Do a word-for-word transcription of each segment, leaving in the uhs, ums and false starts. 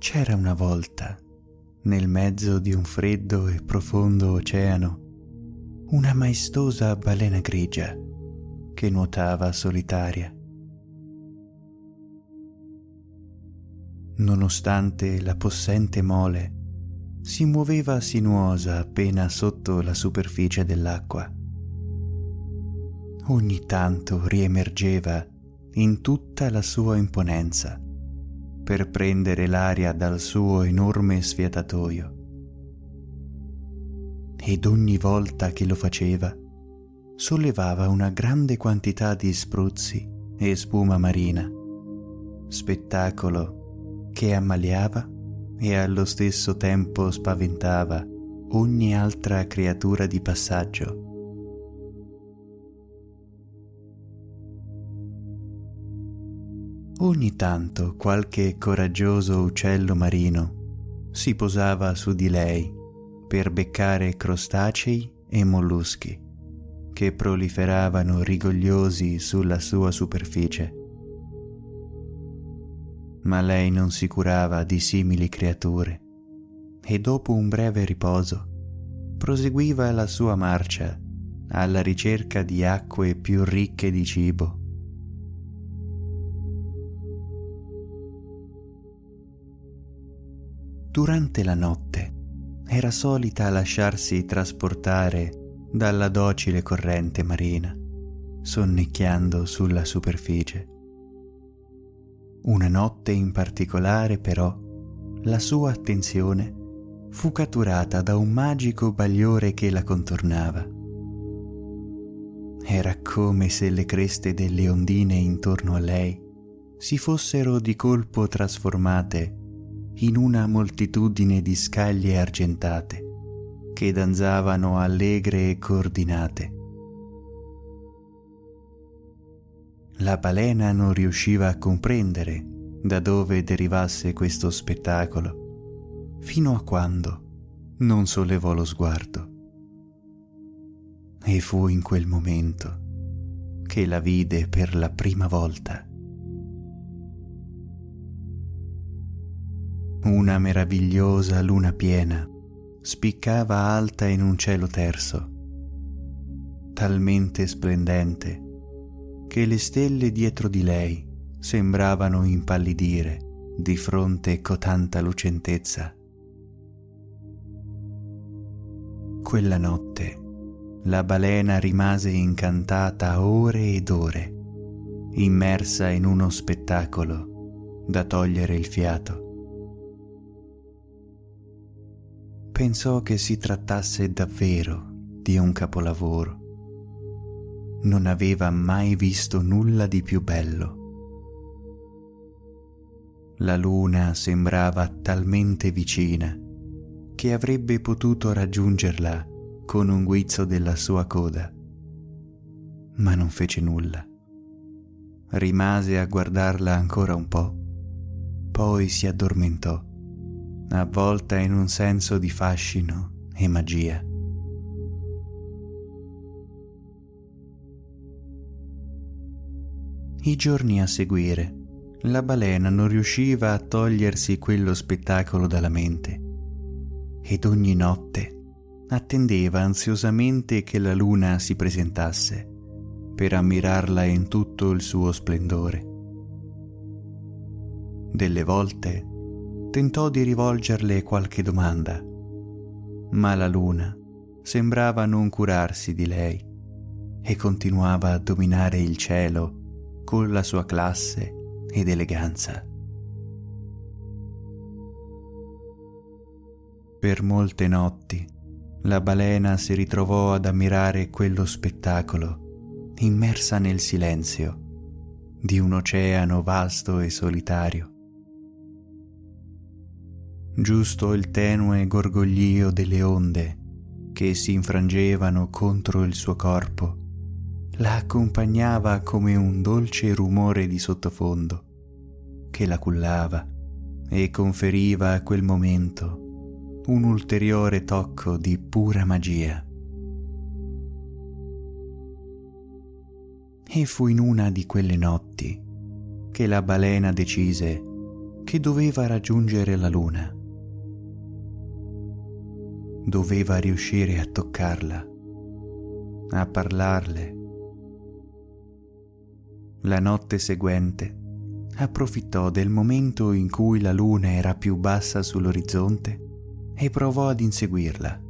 C'era una volta, nel mezzo di un freddo e profondo oceano, una maestosa balena grigia che nuotava solitaria. Nonostante la possente mole, si muoveva sinuosa appena sotto la superficie dell'acqua. Ogni tanto riemergeva in tutta la sua imponenza per prendere l'aria dal suo enorme sfiatatoio. Ed ogni volta che lo faceva, sollevava una grande quantità di spruzzi e spuma marina, spettacolo che ammaliava e allo stesso tempo spaventava ogni altra creatura di passaggio. Ogni tanto qualche coraggioso uccello marino si posava su di lei per beccare crostacei e molluschi che proliferavano rigogliosi sulla sua superficie. Ma lei non si curava di simili creature e dopo un breve riposo proseguiva la sua marcia alla ricerca di acque più ricche di cibo. Durante la notte era solita lasciarsi trasportare dalla docile corrente marina, sonnecchiando sulla superficie. Una notte in particolare, però, la sua attenzione fu catturata da un magico bagliore che la contornava. Era come se le creste delle ondine intorno a lei si fossero di colpo trasformate in una moltitudine di scaglie argentate che danzavano allegre e coordinate. La balena non riusciva a comprendere da dove derivasse questo spettacolo, fino a quando non sollevò lo sguardo. E fu in quel momento che la vide per la prima volta. Una meravigliosa luna piena spiccava alta in un cielo terso, talmente splendente che le stelle dietro di lei sembravano impallidire di fronte a cotanta lucentezza. Quella notte la balena rimase incantata ore ed ore, immersa in uno spettacolo da togliere il fiato. Pensò che si trattasse davvero di un capolavoro. Non aveva mai visto nulla di più bello. La luna sembrava talmente vicina che avrebbe potuto raggiungerla con un guizzo della sua coda, ma non fece nulla. Rimase a guardarla ancora un po', poi si addormentò, avvolta in un senso di fascino e magia. I giorni a seguire, la balena non riusciva a togliersi quello spettacolo dalla mente ed ogni notte attendeva ansiosamente che la luna si presentasse per ammirarla in tutto il suo splendore. Delle volte tentò di rivolgerle qualche domanda, ma la luna sembrava non curarsi di lei e continuava a dominare il cielo con la sua classe ed eleganza. Per molte notti la balena si ritrovò ad ammirare quello spettacolo immersa nel silenzio di un oceano vasto e solitario. Giusto il tenue gorgoglio delle onde che si infrangevano contro il suo corpo la accompagnava come un dolce rumore di sottofondo che la cullava e conferiva a quel momento un ulteriore tocco di pura magia. E fu in una di quelle notti che la balena decise che doveva raggiungere la luna. Doveva riuscire a toccarla, a parlarle. La notte seguente approfittò del momento in cui la luna era più bassa sull'orizzonte e provò ad inseguirla.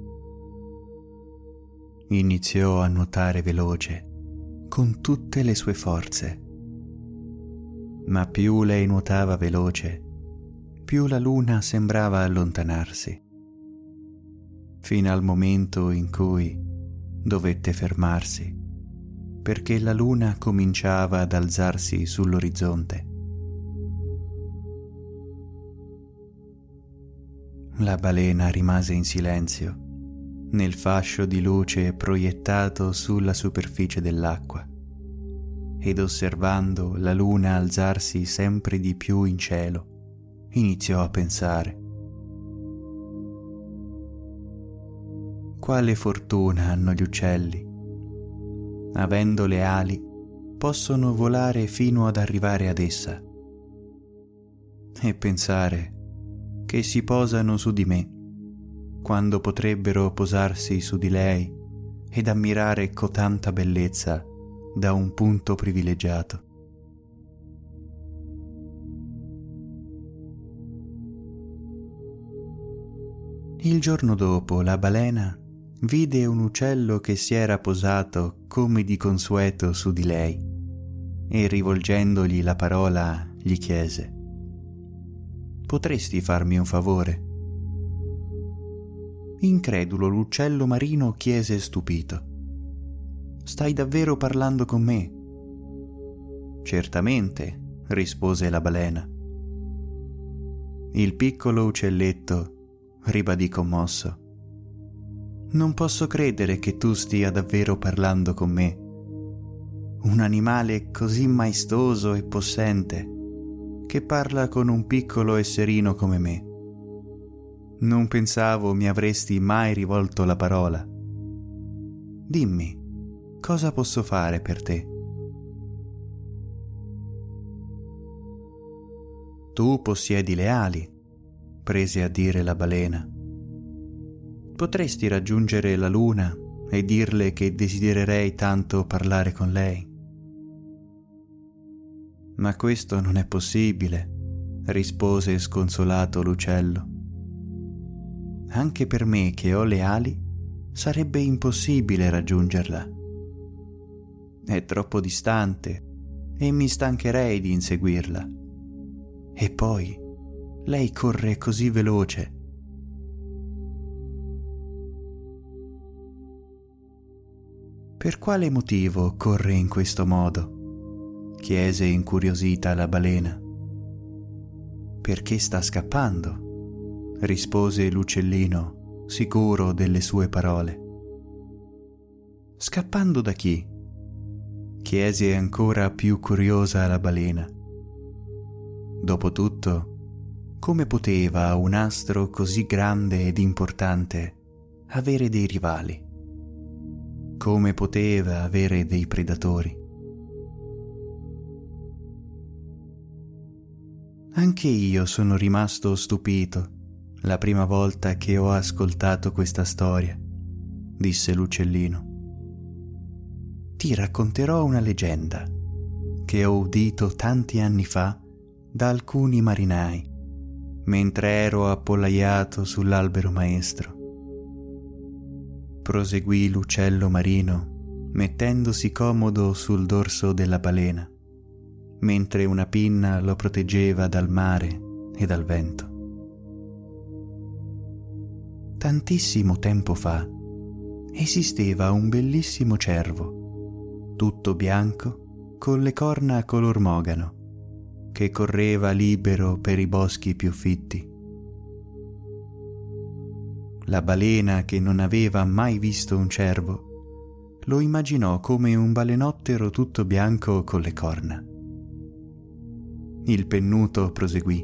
Iniziò a nuotare veloce, con tutte le sue forze. Ma più lei nuotava veloce, più la luna sembrava allontanarsi, fino al momento in cui dovette fermarsi, perché la luna cominciava ad alzarsi sull'orizzonte. La balena rimase in silenzio, nel fascio di luce proiettato sulla superficie dell'acqua, ed osservando la luna alzarsi sempre di più in cielo, iniziò a pensare: quale fortuna hanno gli uccelli! Avendo le ali, possono volare fino ad arrivare ad essa. E pensare che si posano su di me, quando potrebbero posarsi su di lei ed ammirare cotanta bellezza da un punto privilegiato. Il giorno dopo la balena vide un uccello che si era posato come di consueto su di lei e, rivolgendogli la parola, gli chiese: «Potresti farmi un favore?» Incredulo, l'uccello marino chiese stupito: «Stai davvero parlando con me?» «Certamente», rispose la balena. Il piccolo uccelletto ribadì commosso: «Non posso credere che tu stia davvero parlando con me. Un animale così maestoso e possente che parla con un piccolo esserino come me. Non pensavo mi avresti mai rivolto la parola. Dimmi, cosa posso fare per te?» «Tu possiedi le ali», prese a dire la balena. «Potresti raggiungere la luna e dirle che desidererei tanto parlare con lei?» «Ma questo non è possibile», rispose sconsolato l'uccello. «Anche per me che ho le ali sarebbe impossibile raggiungerla. È troppo distante e mi stancherei di inseguirla. E poi lei corre così veloce». «Per quale motivo corre in questo modo?» chiese incuriosita la balena. «Perché sta scappando», rispose l'uccellino, sicuro delle sue parole. «Scappando da chi?» chiese ancora più curiosa la balena. Dopotutto, come poteva un astro così grande ed importante avere dei rivali? Come poteva avere dei predatori? «Anche io sono rimasto stupito la prima volta che ho ascoltato questa storia», disse l'uccellino. «Ti racconterò una leggenda che ho udito tanti anni fa da alcuni marinai mentre ero appollaiato sull'albero maestro». Proseguì l'uccello marino, mettendosi comodo sul dorso della balena, mentre una pinna lo proteggeva dal mare e dal vento. Tantissimo tempo fa esisteva un bellissimo cervo, tutto bianco, con le corna color mogano, che correva libero per i boschi più fitti. La balena, che non aveva mai visto un cervo, lo immaginò come un balenottero tutto bianco con le corna. Il pennuto proseguì: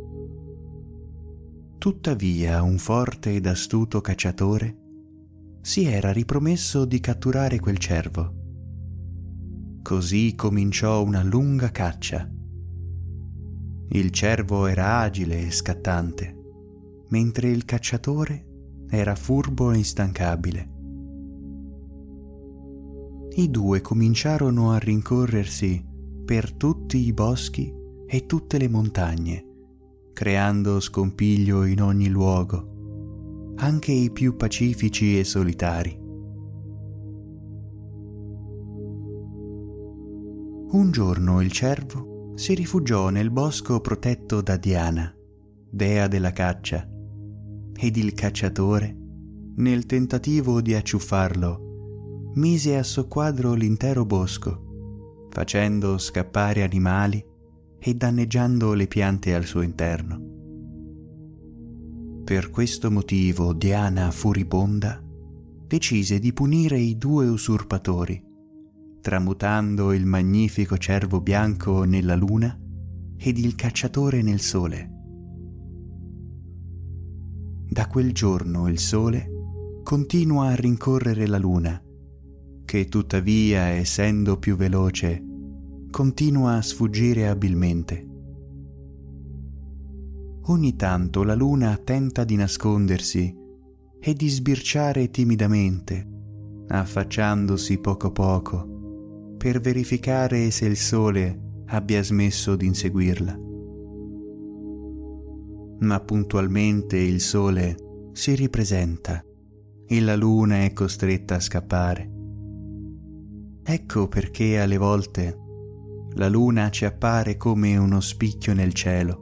«Tuttavia un forte ed astuto cacciatore si era ripromesso di catturare quel cervo. Così cominciò una lunga caccia. Il cervo era agile e scattante, mentre il cacciatore era furbo e instancabile. I due cominciarono a rincorrersi per tutti i boschi e tutte le montagne, creando scompiglio in ogni luogo, anche i più pacifici e solitari. Un giorno il cervo si rifugiò nel bosco protetto da Diana, dea della caccia, ed il cacciatore, nel tentativo di acciuffarlo, mise a soqquadro l'intero bosco, facendo scappare animali e danneggiando le piante al suo interno. Per questo motivo Diana, furibonda, decise di punire i due usurpatori, tramutando il magnifico cervo bianco nella luna ed il cacciatore nel sole. Da quel giorno il sole continua a rincorrere la luna, che tuttavia, essendo più veloce, continua a sfuggire abilmente. Ogni tanto la luna tenta di nascondersi e di sbirciare timidamente, affacciandosi poco poco, per verificare se il sole abbia smesso di inseguirla. Ma puntualmente il sole si ripresenta e la luna è costretta a scappare. Ecco perché alle volte la luna ci appare come uno spicchio nel cielo.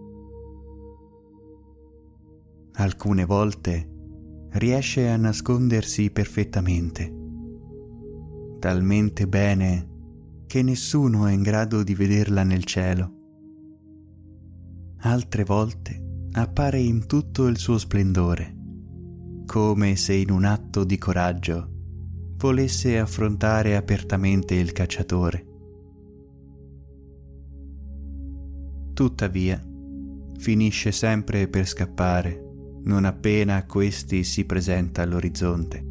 Alcune volte riesce a nascondersi perfettamente, talmente bene che nessuno è in grado di vederla nel cielo. Altre volte appare in tutto il suo splendore, come se in un atto di coraggio volesse affrontare apertamente il cacciatore. Tuttavia, finisce sempre per scappare non appena questi si presenta all'orizzonte.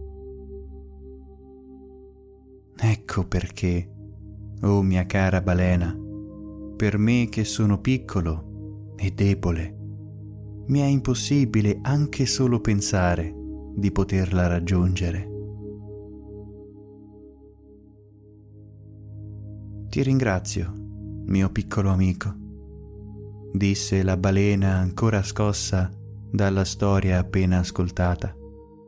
Ecco perché, o mia cara balena, per me che sono piccolo e debole, mi è impossibile anche solo pensare di poterla raggiungere. Ti ringrazio, mio piccolo amico, disse la balena ancora scossa dalla storia appena ascoltata.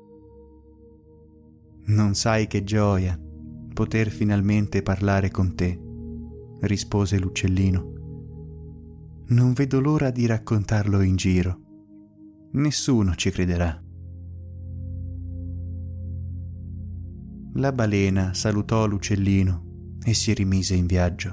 Non sai che gioia poter finalmente parlare con te, rispose l'uccellino. Non vedo l'ora di raccontarlo in giro. Nessuno ci crederà. La balena salutò l'uccellino e si rimise in viaggio.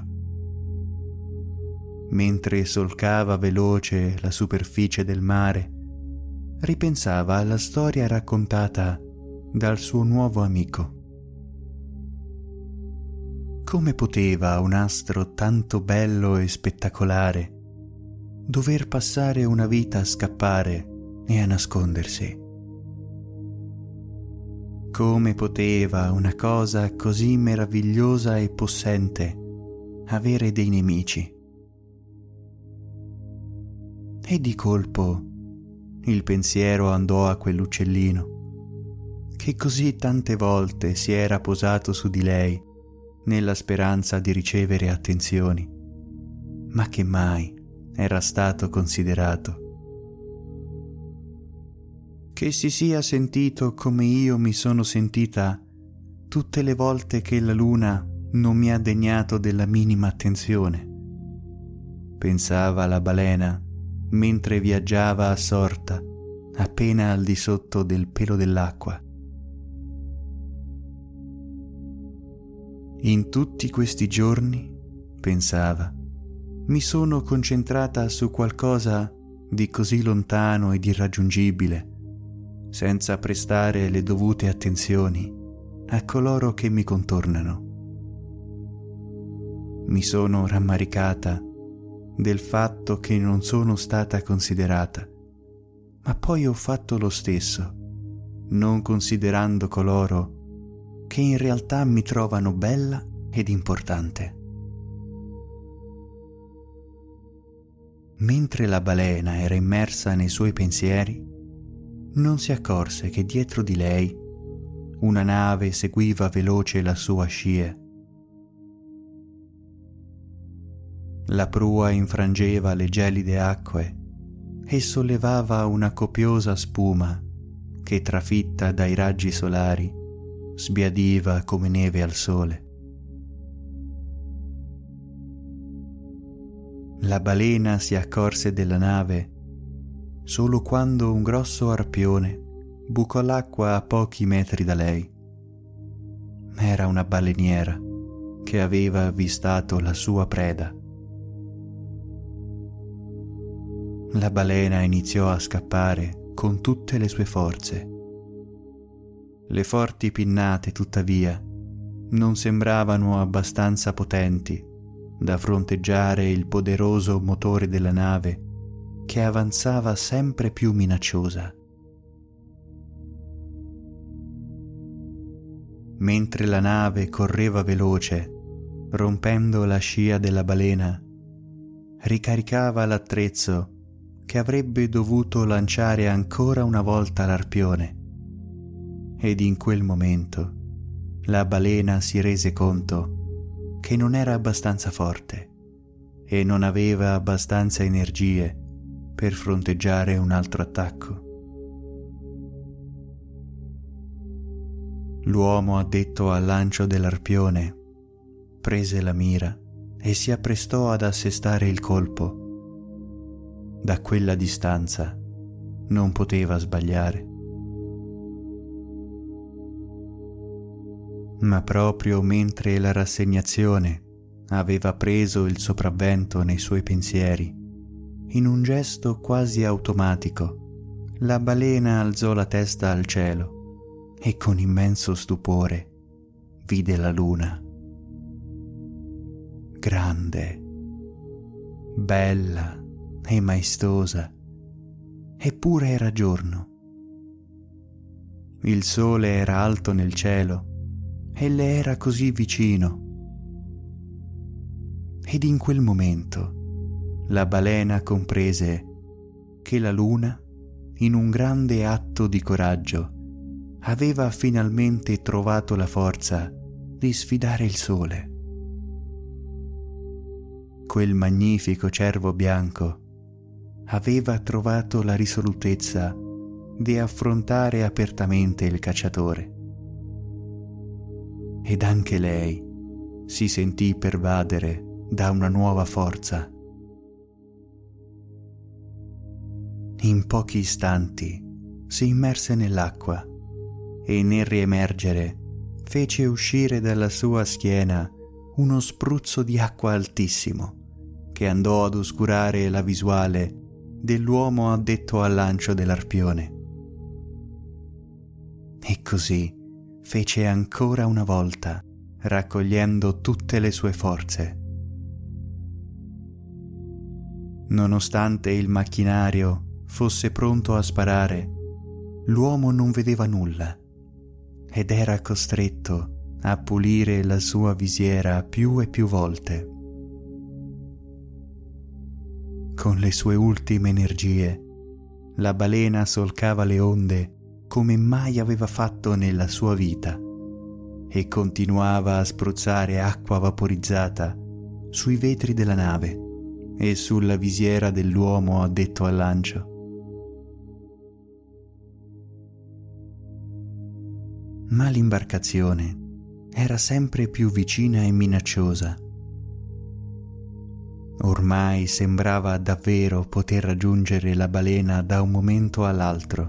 Mentre solcava veloce la superficie del mare, ripensava alla storia raccontata dal suo nuovo amico. Come poteva un astro tanto bello e spettacolare dover passare una vita a scappare e a nascondersi? Come poteva una cosa così meravigliosa e possente avere dei nemici? E di colpo il pensiero andò a quell'uccellino che così tante volte si era posato su di lei nella speranza di ricevere attenzioni, ma che mai era stato considerato. Che si sia sentito come io mi sono sentita tutte le volte che la luna non mi ha degnato della minima attenzione, pensava la balena mentre viaggiava assorta appena al di sotto del pelo dell'acqua. In tutti questi giorni, pensava, mi sono concentrata su qualcosa di così lontano ed irraggiungibile, senza prestare le dovute attenzioni a coloro che mi contornano. Mi sono rammaricata del fatto che non sono stata considerata, ma poi ho fatto lo stesso, non considerando coloro che in realtà mi trovano bella ed importante. Mentre la balena era immersa nei suoi pensieri, non si accorse che dietro di lei una nave seguiva veloce la sua scia. La prua infrangeva le gelide acque e sollevava una copiosa spuma che, trafitta dai raggi solari, sbiadiva come neve al sole. La balena si accorse della nave solo quando un grosso arpione bucò l'acqua a pochi metri da lei. Era una baleniera che aveva avvistato la sua preda. La balena iniziò a scappare con tutte le sue forze. Le forti pinnate, tuttavia, non sembravano abbastanza potenti da fronteggiare il poderoso motore della nave che avanzava sempre più minacciosa. Mentre la nave correva veloce, rompendo la scia della balena, ricaricava l'attrezzo che avrebbe dovuto lanciare ancora una volta l'arpione. Ed in quel momento la balena si rese conto che non era abbastanza forte e non aveva abbastanza energie per fronteggiare un altro attacco. L'uomo addetto al lancio dell'arpione prese la mira e si apprestò ad assestare il colpo. Da quella distanza non poteva sbagliare. Ma proprio mentre la rassegnazione aveva preso il sopravvento nei suoi pensieri, in un gesto quasi automatico, la balena alzò la testa al cielo e con immenso stupore vide la luna. Grande, bella e maestosa, eppure era giorno. Il sole era alto nel cielo e le era così vicino. Ed in quel momento la balena comprese che la luna, in un grande atto di coraggio, aveva finalmente trovato la forza di sfidare il sole. Quel magnifico cervo bianco aveva trovato la risolutezza di affrontare apertamente il cacciatore. Ed anche lei si sentì pervadere da una nuova forza. In pochi istanti si immerse nell'acqua e nel riemergere fece uscire dalla sua schiena uno spruzzo di acqua altissimo che andò ad oscurare la visuale dell'uomo addetto al lancio dell'arpione. E così fece ancora una volta, raccogliendo tutte le sue forze. Nonostante il macchinario fosse pronto a sparare, l'uomo non vedeva nulla ed era costretto a pulire la sua visiera più e più volte. Con le sue ultime energie, la balena solcava le onde come mai aveva fatto nella sua vita e continuava a spruzzare acqua vaporizzata sui vetri della nave e sulla visiera dell'uomo addetto al lancio. Ma l'imbarcazione era sempre più vicina e minacciosa. Ormai sembrava davvero poter raggiungere la balena da un momento all'altro.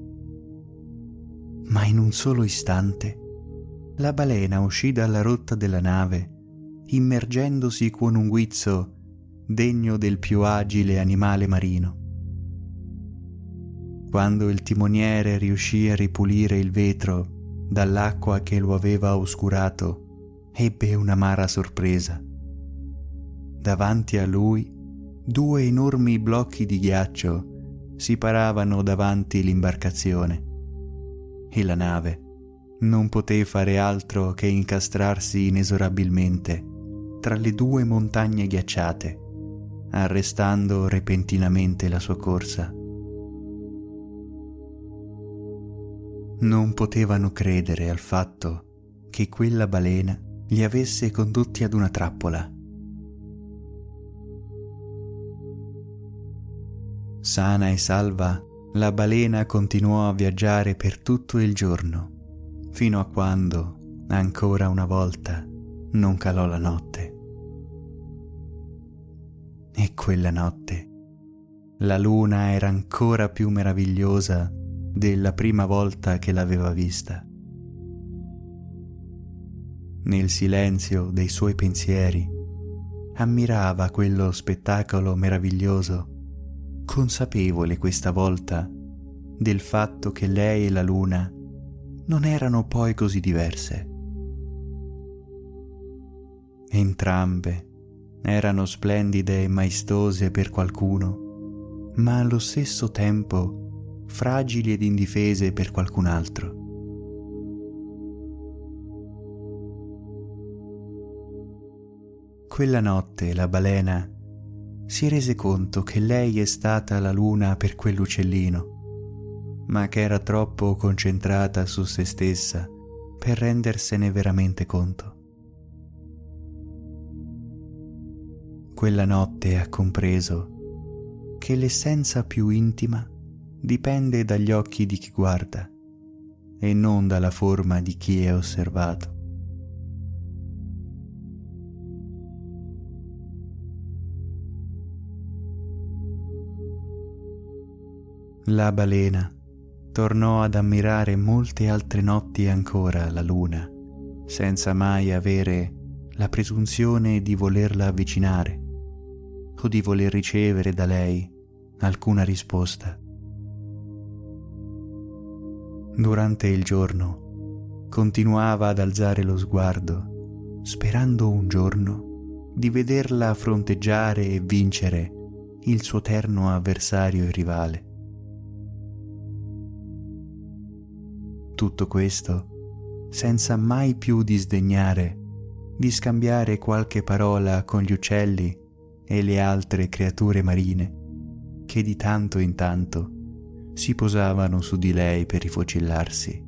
Ma in un solo istante la balena uscì dalla rotta della nave, immergendosi con un guizzo degno del più agile animale marino. Quando il timoniere riuscì a ripulire il vetro dall'acqua che lo aveva oscurato, ebbe un'amara sorpresa. Davanti a lui due enormi blocchi di ghiaccio si paravano davanti l'imbarcazione e la nave non poté fare altro che incastrarsi inesorabilmente tra le due montagne ghiacciate arrestando repentinamente la sua corsa. Non potevano credere al fatto che quella balena li avesse condotti ad una trappola. Sana e salva, la balena continuò a viaggiare per tutto il giorno, fino a quando, ancora una volta, non calò la notte. E quella notte la luna era ancora più meravigliosa della prima volta che l'aveva vista. Nel silenzio dei suoi pensieri ammirava quello spettacolo meraviglioso, consapevole questa volta del fatto che lei e la luna non erano poi così diverse. Entrambe erano splendide e maestose per qualcuno, ma allo stesso tempo fragili ed indifese per qualcun altro. Quella notte la balena si rese conto che lei è stata la luna per quell'uccellino, ma che era troppo concentrata su se stessa per rendersene veramente conto. Quella notte ha compreso che l'essenza più intima dipende dagli occhi di chi guarda e non dalla forma di chi è osservato. La balena tornò ad ammirare molte altre notti ancora la luna, senza mai avere la presunzione di volerla avvicinare o di voler ricevere da lei alcuna risposta. Durante il giorno continuava ad alzare lo sguardo, sperando un giorno di vederla fronteggiare e vincere il suo eterno avversario e rivale. Tutto questo senza mai più disdegnare di scambiare qualche parola con gli uccelli e le altre creature marine che di tanto in tanto si posavano su di lei per rifocillarsi.